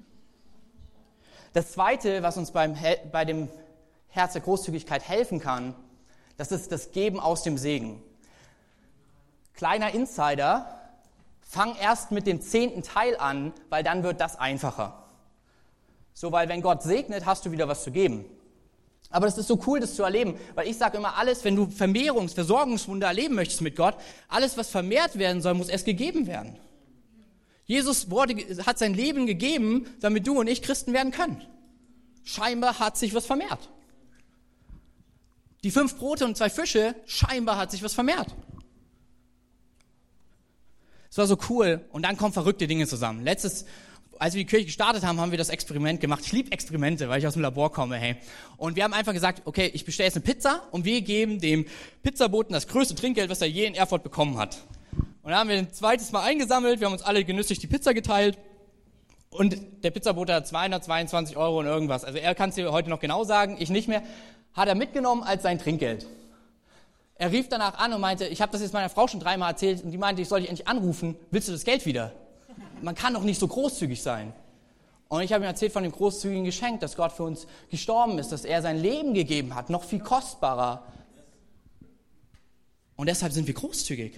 Das Zweite, was uns beim, bei dem Herz der Großzügigkeit helfen kann, das ist das Geben aus dem Segen. Kleiner Insider, fang erst mit dem zehnten Teil an, weil dann wird das einfacher. So, weil wenn Gott segnet, hast du wieder was zu geben. Aber das ist so cool, das zu erleben, weil ich sage immer, alles, wenn du Vermehrungs-, Versorgungswunder erleben möchtest mit Gott, alles, was vermehrt werden soll, muss erst gegeben werden. Jesus wurde, hat sein Leben gegeben, damit du und ich Christen werden können. Scheinbar hat sich was vermehrt. Die fünf Brote und zwei Fische, scheinbar hat sich was vermehrt. Es war so cool und dann kommen verrückte Dinge zusammen. Letztes Als wir die Kirche gestartet haben, haben wir das Experiment gemacht. Ich liebe Experimente, weil ich aus dem Labor komme, hey. Und wir haben einfach gesagt, okay, ich bestelle jetzt eine Pizza und wir geben dem Pizzaboten das größte Trinkgeld, was er je in Erfurt bekommen hat. Und dann haben wir ein zweites Mal eingesammelt, wir haben uns alle genüsslich die Pizza geteilt und der Pizzabote hat zweihundertzweiundzwanzig Euro und irgendwas. Also er kann es dir heute noch genau sagen, ich nicht mehr. Hat er mitgenommen als sein Trinkgeld. er rief danach an und meinte, ich habe das jetzt meiner Frau schon dreimal erzählt und die meinte, ich soll dich endlich anrufen, willst du das Geld wieder? Man kann doch nicht so großzügig sein. Und ich habe ihm erzählt von dem großzügigen Geschenk, dass Gott für uns gestorben ist, dass er sein Leben gegeben hat, noch viel kostbarer. Und deshalb sind wir großzügig.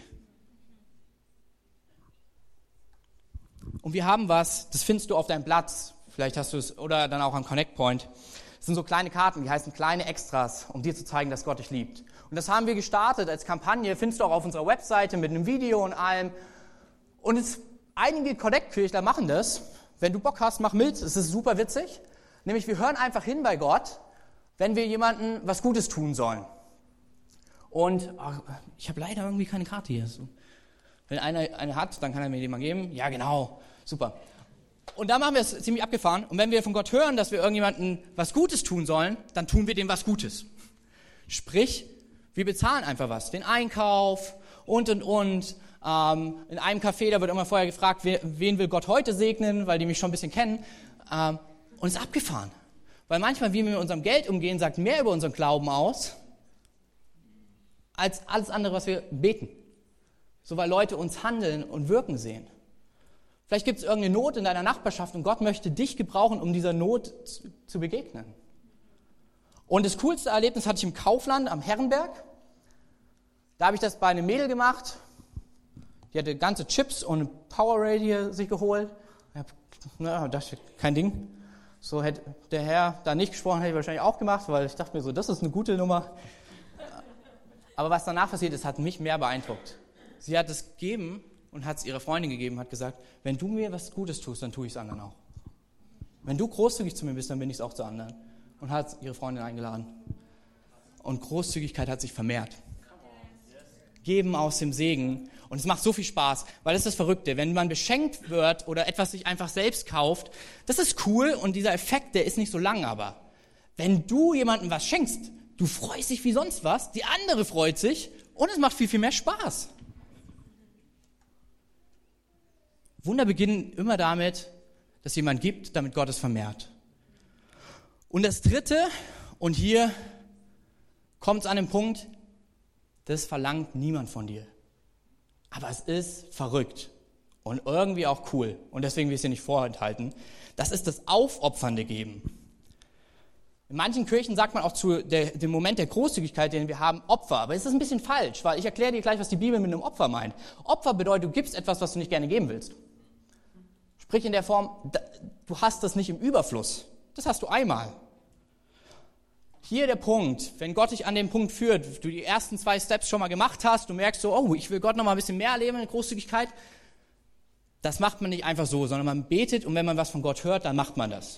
Und wir haben was, das findest du auf deinem Platz, vielleicht hast du es, oder dann auch am Connect Point. Das sind so kleine Karten, die heißen kleine Extras, um dir zu zeigen, dass Gott dich liebt. Und das haben wir gestartet als Kampagne, findest du auch auf unserer Webseite mit einem Video und allem. Und es, einige Connect-Kirchler machen das. Wenn du Bock hast, mach mit, es ist super witzig. Nämlich wir hören einfach hin bei Gott, wenn wir jemandem was Gutes tun sollen. Und ach, ich habe leider irgendwie keine Karte hier. Wenn einer eine hat, dann kann er mir die mal geben. Ja, genau, super. Und da machen wir es ziemlich abgefahren. Und wenn wir von Gott hören, dass wir irgendjemandem was Gutes tun sollen, dann tun wir dem was Gutes. Sprich, wir bezahlen einfach was. Den Einkauf und, und, und. Ähm, in einem Café, da wird immer vorher gefragt, wer, wen will Gott heute segnen, weil die mich schon ein bisschen kennen. Ähm, und es ist abgefahren. Weil manchmal, wie wir mit unserem Geld umgehen, sagt mehr über unseren Glauben aus, als alles andere, was wir beten. So, weil Leute uns handeln und wirken sehen. Vielleicht gibt es irgendeine Not in deiner Nachbarschaft und Gott möchte dich gebrauchen, um dieser Not zu, zu begegnen. Und das coolste Erlebnis hatte ich im Kaufland am Herrenberg. Da habe ich das bei einem Mädel gemacht. Die hatte ganze Chips und eine Powerade hier sich geholt. Ich hab, na, dachte, kein Ding. So hätte der Herr da nicht gesprochen, hätte ich wahrscheinlich auch gemacht, weil ich dachte mir so, das ist eine gute Nummer. Aber was danach passiert ist, hat mich mehr beeindruckt. Sie hat es gegeben und hat es ihrer Freundin gegeben, hat gesagt, wenn du mir was Gutes tust, dann tue ich es anderen auch. Wenn du großzügig zu mir bist, dann bin ich es auch zu anderen. Und hat ihre Freundin eingeladen. Und Großzügigkeit hat sich vermehrt. Geben aus dem Segen. Und es macht so viel Spaß, weil das ist das Verrückte. Wenn man beschenkt wird oder etwas sich einfach selbst kauft, das ist cool und dieser Effekt, der ist nicht so lang, aber wenn du jemandem was schenkst, du freust dich wie sonst was, die andere freut sich und es macht viel, viel mehr Spaß. Wunder beginnen immer damit, dass jemand gibt, damit Gott es vermehrt. Und das Dritte, und hier kommt es an den Punkt, das verlangt niemand von dir. Aber es ist verrückt und irgendwie auch cool. Und deswegen will ich es dir nicht vorenthalten. Das ist das aufopfernde Geben. In manchen Kirchen sagt man auch zu der, dem Moment der Großzügigkeit, den wir haben, Opfer. Aber es ist ein bisschen falsch, weil ich erkläre dir gleich, was die Bibel mit einem Opfer meint. Opfer bedeutet, du gibst etwas, was du nicht gerne geben willst. Sprich in der Form, du hast das nicht im Überfluss. Das hast du einmal. Hier der Punkt, wenn Gott dich an den Punkt führt, du die ersten zwei Steps schon mal gemacht hast, du merkst so, oh, ich will Gott noch mal ein bisschen mehr erleben in Großzügigkeit, das macht man nicht einfach so, sondern man betet und wenn man was von Gott hört, dann macht man das.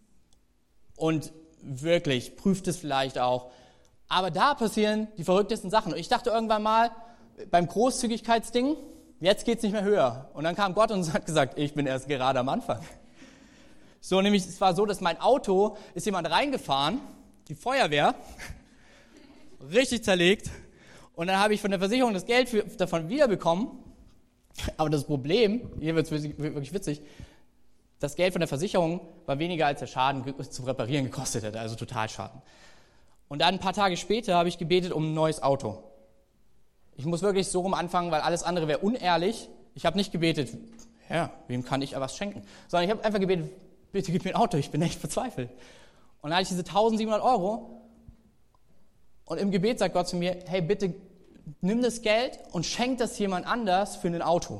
Und wirklich, prüft es vielleicht auch. Aber da passieren die verrücktesten Sachen. Und ich dachte irgendwann mal, beim Großzügigkeitsding, jetzt geht's nicht mehr höher. Und dann kam Gott und hat gesagt, ich bin erst gerade am Anfang. So, nämlich, es war so, dass mein Auto, ist jemand reingefahren, die Feuerwehr, richtig zerlegt. Und dann habe ich von der Versicherung das Geld für, davon wiederbekommen. Aber das Problem, hier wird es wirklich witzig, das Geld von der Versicherung war weniger als der Schaden zu reparieren gekostet hätte, also Totalschaden. Und dann ein paar Tage später habe ich gebetet um ein neues Auto. Ich muss wirklich so rum anfangen, weil alles andere wäre unehrlich. Ich habe nicht gebetet, Herr, wem kann ich was schenken? Sondern ich habe einfach gebetet, bitte gib mir ein Auto, ich bin echt verzweifelt. Und dann hatte ich diese eintausendsiebenhundert Euro und im Gebet sagt Gott zu mir, hey, bitte nimm das Geld und schenk das jemand anders für ein Auto.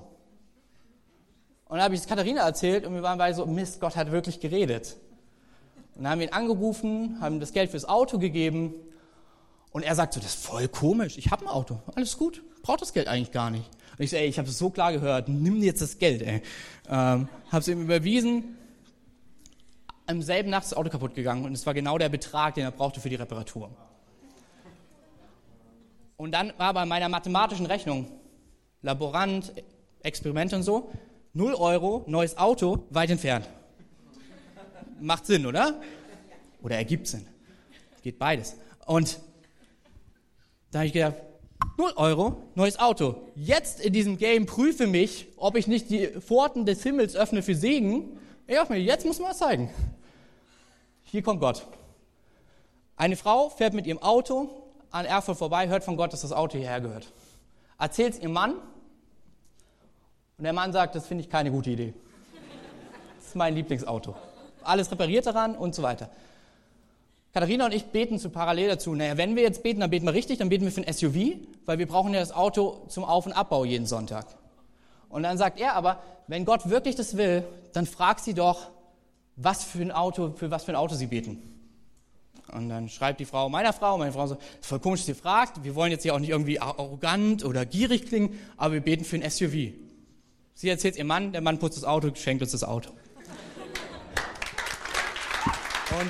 Und dann habe ich es Katharina erzählt und wir waren beide so, Mist, Gott hat wirklich geredet. Und dann haben wir ihn angerufen, haben das Geld fürs Auto gegeben und er sagt so, das ist voll komisch, ich habe ein Auto, alles gut, braucht das Geld eigentlich gar nicht. Und ich so, ey, ich habe es so klar gehört, nimm jetzt das Geld, ey. Ähm, habe es ihm überwiesen. Am selben Nacht ist das Auto kaputt gegangen und es war genau der Betrag, den er brauchte für die Reparatur. Und dann war bei meiner mathematischen Rechnung, Laborant, Experimente und so, null Euro, neues Auto, weit entfernt. Macht Sinn, oder? Oder ergibt Sinn. Geht beides. Und da habe ich gedacht, null Euro, neues Auto. Jetzt in diesem Game prüfe mich, ob ich nicht die Pforten des Himmels öffne für Segen. Ich dachte mir, jetzt muss man was zeigen. Hier kommt Gott. Eine Frau fährt mit ihrem Auto an Erfurt vorbei, hört von Gott, dass das Auto hierher gehört. Erzählt es ihrem Mann und der Mann sagt, das finde ich keine gute Idee. Das ist mein Lieblingsauto. Alles repariert daran und so weiter. Katharina und ich beten zu parallel dazu. Naja, wenn wir jetzt beten, dann beten wir richtig, dann beten wir für ein S U V, weil wir brauchen ja das Auto zum Auf- und Abbau jeden Sonntag. Und dann sagt er aber, wenn Gott wirklich das will, dann frag sie doch, was für ein Auto, für was für ein Auto sie beten. Und dann schreibt die Frau meiner Frau, meine Frau so, voll komisch, dass ihr fragt, wir wollen jetzt hier auch nicht irgendwie arrogant oder gierig klingen, aber wir beten für ein S U V. Sie erzählt ihrem Mann, der Mann putzt das Auto, schenkt uns das Auto. Und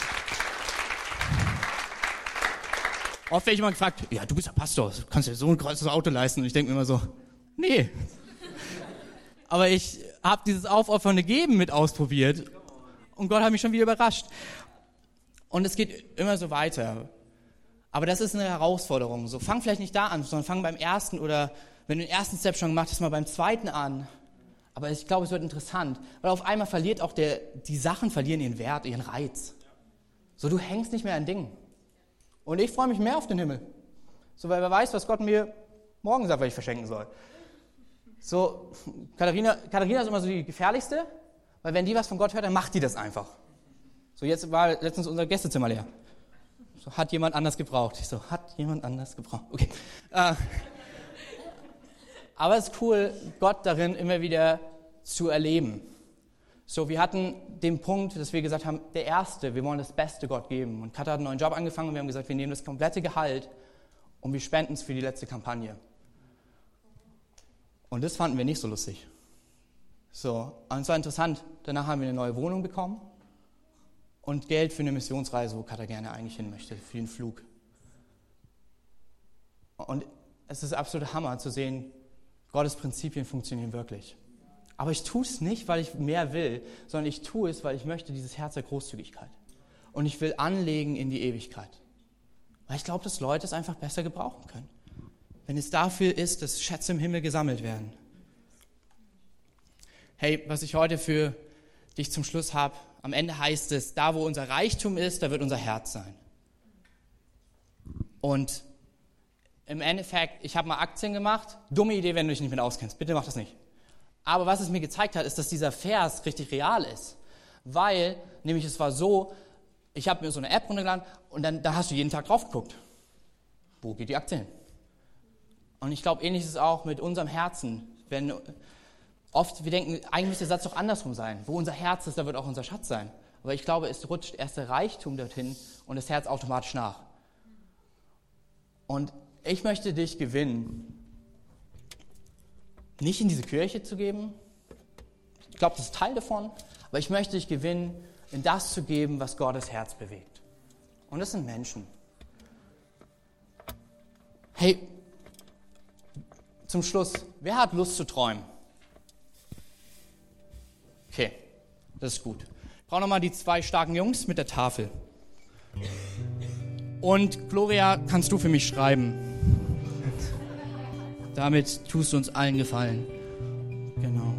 oft werde ich immer gefragt, ja, du bist ja Pastor, du kannst dir so ein großes Auto leisten. Und ich denke mir immer so, nee. Aber ich habe dieses Aufopfernde Geben mit ausprobiert und Gott hat mich schon wieder überrascht. Und es geht immer so weiter. Aber das ist eine Herausforderung. So, fang vielleicht nicht da an, sondern fang beim ersten oder wenn du den ersten Step schon gemacht hast, mal beim zweiten an. Aber ich glaube, es wird interessant, weil auf einmal verliert auch der, die Sachen verlieren ihren Wert, ihren Reiz. So, du hängst nicht mehr an Dingen. Und ich freue mich mehr auf den Himmel. So, weil wer weiß, was Gott mir morgen sagt, was ich verschenken soll. So, Katharina, Katharina ist immer so die gefährlichste, weil wenn die was von Gott hört, dann macht die das einfach. So, jetzt war letztens unser Gästezimmer leer. So, hat jemand anders gebraucht. Ich so, hat jemand anders gebraucht. Okay. Äh, aber es ist cool, Gott darin immer wieder zu erleben. So, wir hatten den Punkt, dass wir gesagt haben, der Erste, wir wollen das Beste Gott geben. Und Katha hat einen neuen Job angefangen und wir haben gesagt, wir nehmen das komplette Gehalt und wir spenden es für die letzte Kampagne. Und das fanden wir nicht so lustig. So, und es war interessant. Danach haben wir eine neue Wohnung bekommen und Geld für eine Missionsreise, wo Katha gerne eigentlich hin möchte, für den Flug. Und es ist absolut Hammer zu sehen, Gottes Prinzipien funktionieren wirklich. Aber ich tue es nicht, weil ich mehr will, sondern ich tue es, weil ich möchte dieses Herz der Großzügigkeit. Und ich will anlegen in die Ewigkeit. Weil ich glaube, dass Leute es einfach besser gebrauchen können. Wenn es dafür ist, dass Schätze im Himmel gesammelt werden. Hey, was ich heute für dich zum Schluss habe, am Ende heißt es, da wo unser Reichtum ist, da wird unser Herz sein. Und im Endeffekt, ich habe mal Aktien gemacht. Dumme Idee, wenn du dich nicht mit auskennst. Bitte mach das nicht. Aber was es mir gezeigt hat, ist, dass dieser Vers richtig real ist. Weil, nämlich es war so, ich habe mir so eine App runtergeladen und dann da hast du jeden Tag drauf geguckt. Wo geht die Aktie hin? Und ich glaube, ähnlich ist es auch mit unserem Herzen. Wenn oft, wir denken, eigentlich müsste der Satz doch andersrum sein. Wo unser Herz ist, da wird auch unser Schatz sein. Aber ich glaube, es rutscht erst der Reichtum dorthin und das Herz automatisch nach. Und ich möchte dich gewinnen, nicht in diese Kirche zu geben. Ich glaube, das ist Teil davon. Aber ich möchte dich gewinnen, in das zu geben, was Gottes Herz bewegt. Und das sind Menschen. Hey, zum Schluss, wer hat Lust zu träumen? Okay, das ist gut. Ich brauche nochmal die zwei starken Jungs mit der Tafel. Und Gloria, kannst du für mich schreiben? Damit tust du uns allen Gefallen. Genau.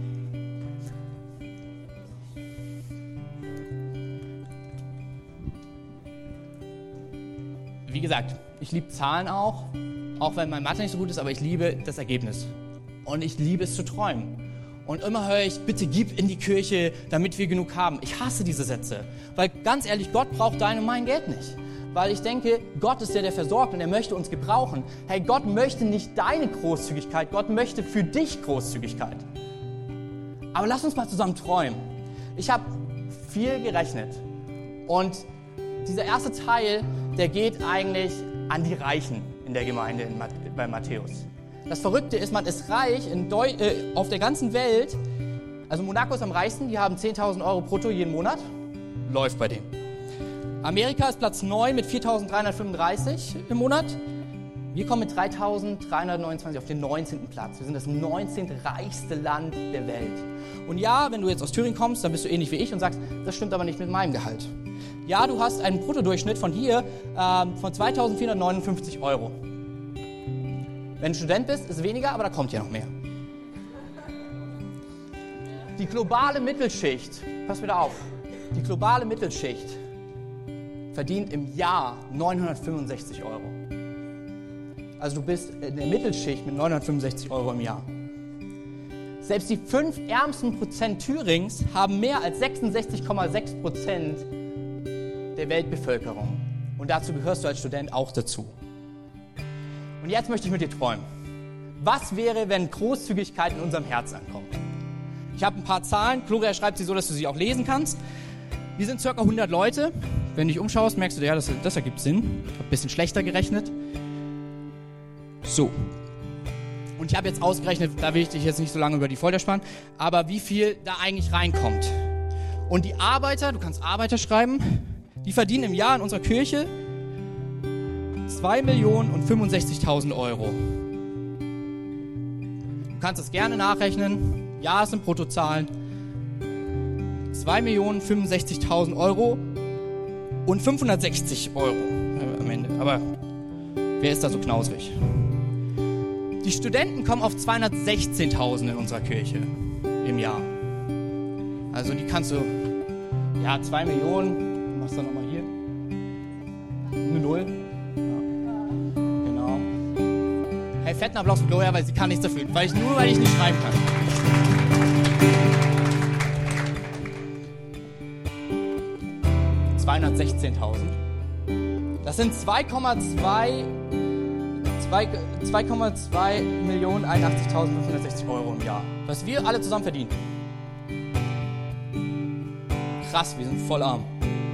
Wie gesagt, ich liebe Zahlen auch, auch wenn mein Mathe nicht so gut ist, aber ich liebe das Ergebnis. Und ich liebe es zu träumen. Und immer höre ich, bitte gib in die Kirche, damit wir genug haben. Ich hasse diese Sätze, weil ganz ehrlich, Gott braucht dein und mein Geld nicht. Weil ich denke, Gott ist der, der versorgt und er möchte uns gebrauchen. Hey, Gott möchte nicht deine Großzügigkeit, Gott möchte für dich Großzügigkeit. Aber lass uns mal zusammen träumen. Ich habe viel gerechnet und dieser erste Teil, der geht eigentlich an die Reichen in der Gemeinde in Mat- bei Matthäus. Das Verrückte ist, man ist reich in Deu- äh, auf der ganzen Welt. Also Monaco ist am reichsten, die haben zehntausend Euro brutto jeden Monat. Läuft bei denen. Amerika ist Platz neun mit viertausenddreihundertfünfunddreißig im Monat. Wir kommen mit dreitausenddreihundertneunundzwanzig auf den neunzehnten Platz. Wir sind das neunzehnte reichste Land der Welt. Und ja, wenn du jetzt aus Thüringen kommst, dann bist du ähnlich wie ich und sagst, das stimmt aber nicht mit meinem Gehalt. Ja, du hast einen Bruttodurchschnitt von hier ähm, von zweitausendvierhundertneunundfünfzig Euro. Wenn du Student bist, ist es weniger, aber da kommt ja noch mehr. Die globale Mittelschicht, pass wieder auf, die globale Mittelschicht verdient im Jahr neunhundertfünfundsechzig Euro. Also du bist in der Mittelschicht mit neunhundertfünfundsechzig Euro im Jahr. Selbst die fünf ärmsten Prozent Thürings haben mehr als sechsundsechzig Komma sechs Prozent der Weltbevölkerung. Und dazu gehörst du als Student auch dazu. Und jetzt möchte ich mit dir träumen. Was wäre, wenn Großzügigkeit in unserem Herz ankommt? Ich habe ein paar Zahlen. Gloria schreibt sie so, dass du sie auch lesen kannst. Wir sind ca. hundert Leute. Wenn du dich umschaust, merkst du, ja, das, das ergibt Sinn. Ich habe ein bisschen schlechter gerechnet. So. Und ich habe jetzt ausgerechnet, da will ich dich jetzt nicht so lange über die Folter spannen, aber wie viel da eigentlich reinkommt. Und die Arbeiter, du kannst Arbeiter schreiben, die verdienen im Jahr in unserer Kirche zwei Millionen fünfundsechzigtausend Euro. Du kannst das gerne nachrechnen. Ja, es sind Bruttozahlen. zwei Millionen fünfundsechzigtausend Euro und fünfhundertsechzig Euro äh, am Ende. Aber wer ist da so knausrig? Die Studenten kommen auf zweihundertsechzehntausend in unserer Kirche im Jahr. Also die kannst du, ja, zwei Millionen, du machst dann nochmal hier, eine Null. Ja. Genau. Hey, fetten Applaus für Gloria, weil sie kann nichts dafür, weil ich, nur weil ich nicht schreiben kann. zweihundertsechzehntausend. Das sind zwei Komma zwei Millionen einundachtzigtausendfünfhundertsechzig Euro im Jahr, was wir alle zusammen verdienen. Krass, wir sind voll arm.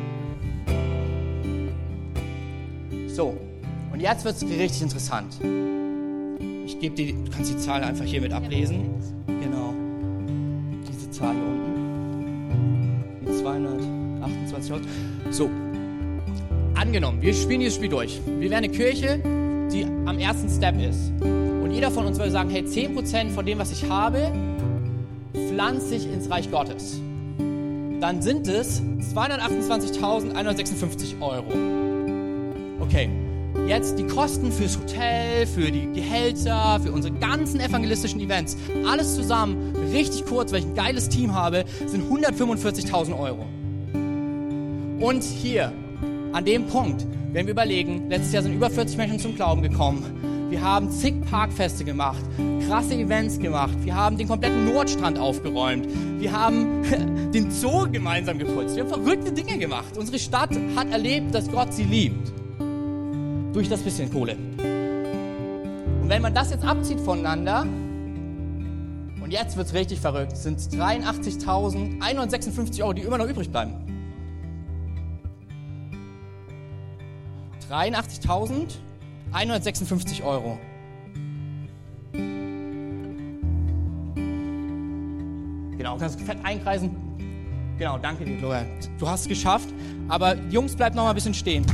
So, und jetzt wird es richtig interessant. Ich gebe dir, du kannst die Zahl einfach hier mit ablesen. Genau. Diese Zahl hier unten. Die zweihundertachtundzwanzigtausend. So. Angenommen, wir spielen dieses Spiel durch. Wir wären eine Kirche, die am ersten Step ist. Und jeder von uns würde sagen, hey, zehn Prozent von dem, was ich habe, pflanze ich ins Reich Gottes. Dann sind es zweihundertachtundzwanzigtausendeinhundertsechsundfünfzig Euro. Okay, jetzt die Kosten fürs Hotel, für die Gehälter, für unsere ganzen evangelistischen Events, alles zusammen, richtig kurz, weil ich ein geiles Team habe, sind hundertfünfundvierzigtausend Euro. Und hier, an dem Punkt, wenn wir überlegen, letztes Jahr sind über vierzig Menschen zum Glauben gekommen. Wir haben zig Parkfeste gemacht, krasse Events gemacht. Wir haben den kompletten Nordstrand aufgeräumt. Wir haben den Zoo gemeinsam geputzt. Wir haben verrückte Dinge gemacht. Unsere Stadt hat erlebt, dass Gott sie liebt. Durch das bisschen Kohle. Und wenn man das jetzt abzieht voneinander, und jetzt wird es richtig verrückt, sind es dreiundachtzigtausendeinhundertsechsundfünfzig Euro, die immer noch übrig bleiben. dreiundachtzigtausendeinhundertsechsundfünfzig Euro. Genau, kannst du fett einkreisen. Genau, danke dir, Gloria. Du hast es geschafft. Aber Jungs, bleibt noch mal ein bisschen stehen.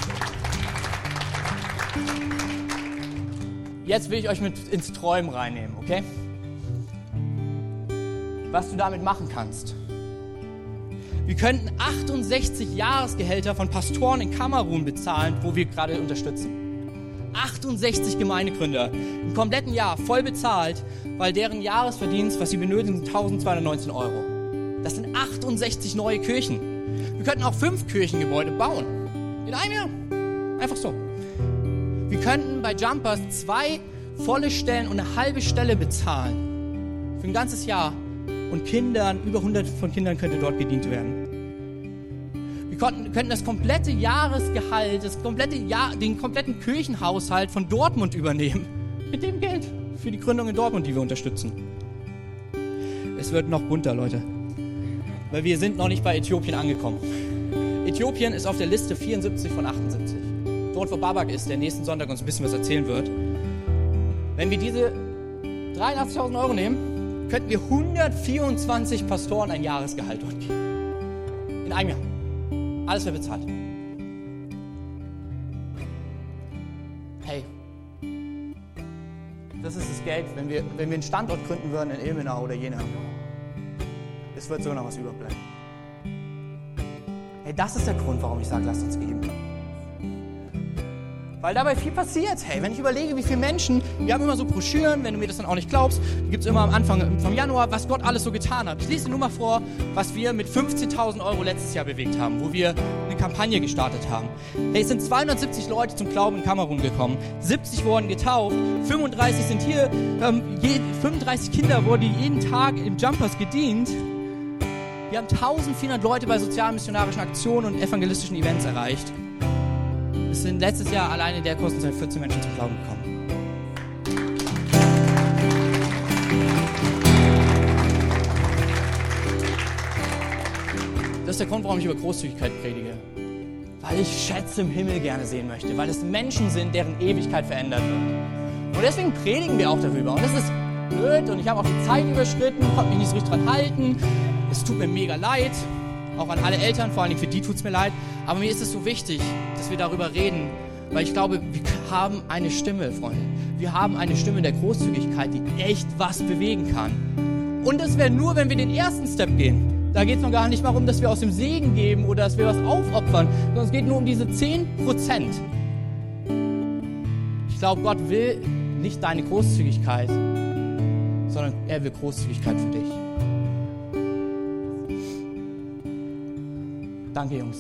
Jetzt will ich euch mit ins Träumen reinnehmen, okay? Was du damit machen kannst. Wir könnten achtundsechzig Jahresgehälter von Pastoren in Kamerun bezahlen, wo wir gerade unterstützen. achtundsechzig Gemeindegründer im kompletten Jahr voll bezahlt, weil deren Jahresverdienst, was sie benötigen, sind eintausendzweihundertneunzehn Euro. Das sind achtundsechzig neue Kirchen. Wir könnten auch fünf Kirchengebäude bauen. In einem Jahr. Einfach so. Wir könnten bei Jumpers zwei volle Stellen und eine halbe Stelle bezahlen. Für ein ganzes Jahr. Und Kindern, über hundert von Kindern könnte dort gedient werden. Wir konnten, könnten das komplette Jahresgehalt, das komplette Jahr, den kompletten Kirchenhaushalt von Dortmund übernehmen. Mit dem Geld für die Gründung in Dortmund, die wir unterstützen. Es wird noch bunter, Leute. Weil wir sind noch nicht bei Äthiopien angekommen. Äthiopien ist auf der Liste vierundsiebzig von achtundsiebzig. Dort, wo Babak ist, der nächsten Sonntag uns ein bisschen was erzählen wird. Wenn wir diese dreiundachtzigtausend Euro nehmen, könnten wir hundertvierundzwanzig Pastoren ein Jahresgehalt dort geben. In einem Jahr. Alles wäre bezahlt. Hey, das ist das Geld, wenn wir, wenn wir einen Standort gründen würden in Ilmenau oder Jena. Es wird sogar noch was überbleiben. Hey, das ist der Grund, warum ich sage, lasst uns geben. Weil dabei viel passiert. Hey, wenn ich überlege, wie viele Menschen, wir haben immer so Broschüren, wenn du mir das dann auch nicht glaubst, die gibt es immer am Anfang vom Januar, was Gott alles so getan hat. Ich lese dir nur mal vor, was wir mit fünfzehntausend Euro letztes Jahr bewegt haben, wo wir eine Kampagne gestartet haben. Hey, es sind zweihundertsiebzig Leute zum Glauben in Kamerun gekommen, siebzig wurden getauft, fünfunddreißig sind hier, ähm, je, fünfunddreißig Kinder wurden jeden Tag im Jumpers gedient. Wir haben eintausendvierhundert Leute bei sozialmissionarischen Aktionen und evangelistischen Events erreicht. Es sind letztes Jahr alleine in der kurzen Zeit vierzehn Menschen zum Glauben gekommen. Das ist der Grund, warum ich über Großzügigkeit predige. Weil ich Schätze im Himmel gerne sehen möchte. Weil es Menschen sind, deren Ewigkeit verändert wird. Und deswegen predigen wir auch darüber. Und das ist blöd und ich habe auch die Zeit überschritten, konnte mich nicht so richtig dran halten. Es tut mir mega leid. Auch an alle Eltern, vor allem für die tut es mir leid. Aber mir ist es so wichtig, dass wir darüber reden, weil ich glaube, wir haben eine Stimme, Freunde. Wir haben eine Stimme der Großzügigkeit, die echt was bewegen kann. Und das wäre nur, wenn wir den ersten Step gehen. Da geht es noch gar nicht mal darum, dass wir aus dem Segen geben oder dass wir was aufopfern, sondern es geht nur um diese zehn Prozent. Ich glaube, Gott will nicht deine Großzügigkeit, sondern er will Großzügigkeit für dich. Danke, Jungs.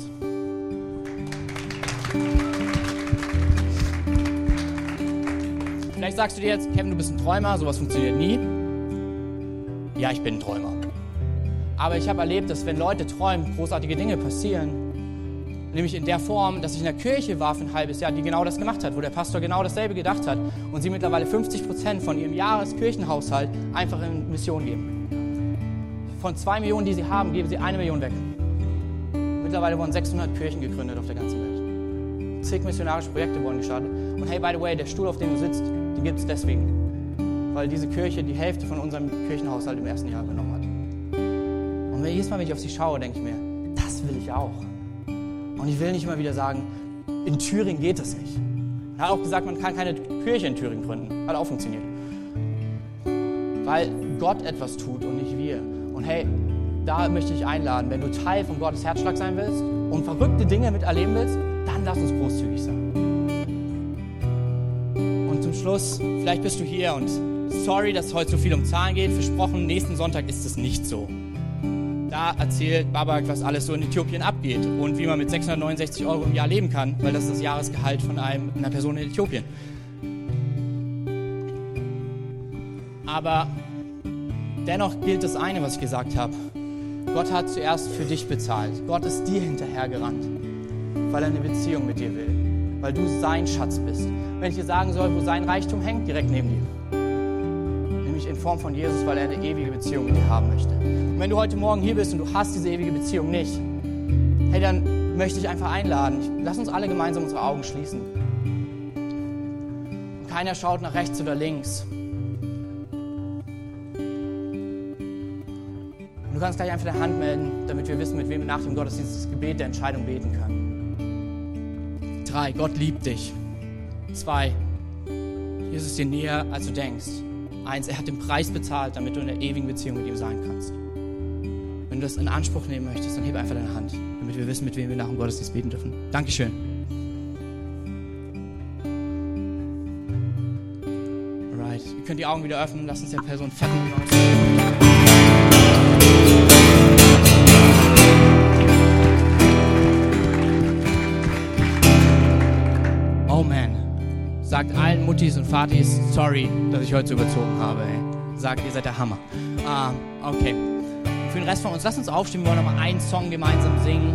Vielleicht sagst du dir jetzt, Kevin, du bist ein Träumer, sowas funktioniert nie. Ja, ich bin ein Träumer. Aber ich habe erlebt, dass wenn Leute träumen, großartige Dinge passieren. Nämlich in der Form, dass ich in der Kirche war für ein halbes Jahr, die genau das gemacht hat, wo der Pastor genau dasselbe gedacht hat und sie mittlerweile fünfzig Prozent von ihrem Jahreskirchenhaushalt einfach in Mission geben. Von zwei Millionen, die sie haben, geben sie eine Million weg. Mittlerweile wurden sechshundert Kirchen gegründet auf der ganzen Welt. Zig missionarische Projekte wurden gestartet. Und hey, by the way, der Stuhl, auf dem du sitzt, den gibt es deswegen. Weil diese Kirche die Hälfte von unserem Kirchenhaushalt im ersten Jahr genommen hat. Und jedes Mal, wenn ich auf sie schaue, denke ich mir, das will ich auch. Und ich will nicht immer wieder sagen, in Thüringen geht das nicht. Er hat auch gesagt, man kann keine Kirche in Thüringen gründen. Hat auch funktioniert. Weil Gott etwas tut und nicht wir. Und hey, da möchte ich einladen, wenn du Teil von Gottes Herzschlag sein willst und verrückte Dinge miterleben willst, dann lass uns großzügig sein. Und zum Schluss, vielleicht bist du hier und sorry, dass es heute so viel um Zahlen geht. Versprochen, nächsten Sonntag ist es nicht so. Da erzählt Babak, was alles so in Äthiopien abgeht und wie man mit sechshundertneunundsechzig Euro im Jahr leben kann, weil das ist das Jahresgehalt von einem, einer Person in Äthiopien. Aber dennoch gilt das eine, was ich gesagt habe. Gott hat zuerst für dich bezahlt. Gott ist dir hinterhergerannt, weil er eine Beziehung mit dir will, weil du sein Schatz bist. Wenn ich dir sagen soll, wo sein Reichtum hängt, direkt neben dir. Nämlich in Form von Jesus, weil er eine ewige Beziehung mit dir haben möchte. Und wenn du heute Morgen hier bist und du hast diese ewige Beziehung nicht, hey, dann möchte ich einfach einladen. Ich, lass uns alle gemeinsam unsere Augen schließen. Und keiner schaut nach rechts oder links. Du kannst gleich einfach deine Hand melden, damit wir wissen, mit wem wir nach dem Gottesdienst das Gebet der Entscheidung beten können. Drei, Gott liebt dich. Zwei, Jesus ist dir näher, als du denkst. Eins, er hat den Preis bezahlt, damit du in einer ewigen Beziehung mit ihm sein kannst. Wenn du das in Anspruch nehmen möchtest, dann heb einfach deine Hand, damit wir wissen, mit wem wir nach dem Gottesdienst beten dürfen. Dankeschön. Alright, ihr könnt die Augen wieder öffnen, lasst uns der Person fetten Applaus geben. Oh man, sagt allen Muttis und Vatis, sorry, dass ich heute so überzogen habe. Ey. Sagt, ihr seid der Hammer. Ah, okay. Für den Rest von uns, lasst uns aufstehen, wir wollen nochmal einen Song gemeinsam singen.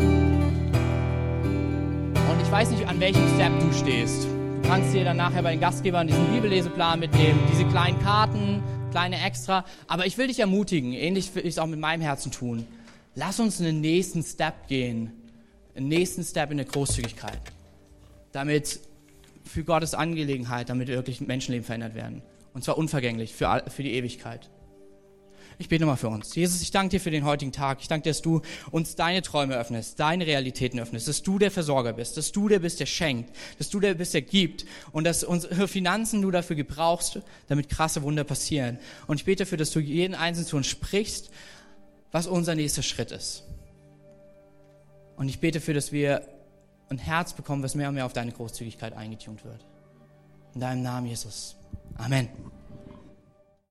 Und ich weiß nicht, an welchem Step du stehst. Du kannst dir dann nachher bei den Gastgebern diesen Bibelleseplan mitnehmen, diese kleinen Karten, kleine Extra. Aber ich will dich ermutigen, ähnlich will ich es auch mit meinem Herzen tun. Lass uns einen nächsten Step gehen, einen nächsten Step in der Großzügigkeit. Damit für Gottes Angelegenheit, damit wirklich Menschenleben verändert werden. Und zwar unvergänglich, für, für die Ewigkeit. Ich bete nochmal für uns. Jesus, ich danke dir für den heutigen Tag. Ich danke dir, dass du uns deine Träume öffnest, deine Realitäten öffnest, dass du der Versorger bist, dass du der bist, der schenkt, dass du der bist, der gibt und dass unsere Finanzen du dafür gebrauchst, damit krasse Wunder passieren. Und ich bete dafür, dass du jeden Einzelnen zu uns sprichst, was unser nächster Schritt ist. Und ich bete dafür, dass wir ein Herz bekommen, was mehr und mehr auf deine Großzügigkeit eingetunt wird. In deinem Namen, Jesus. Amen.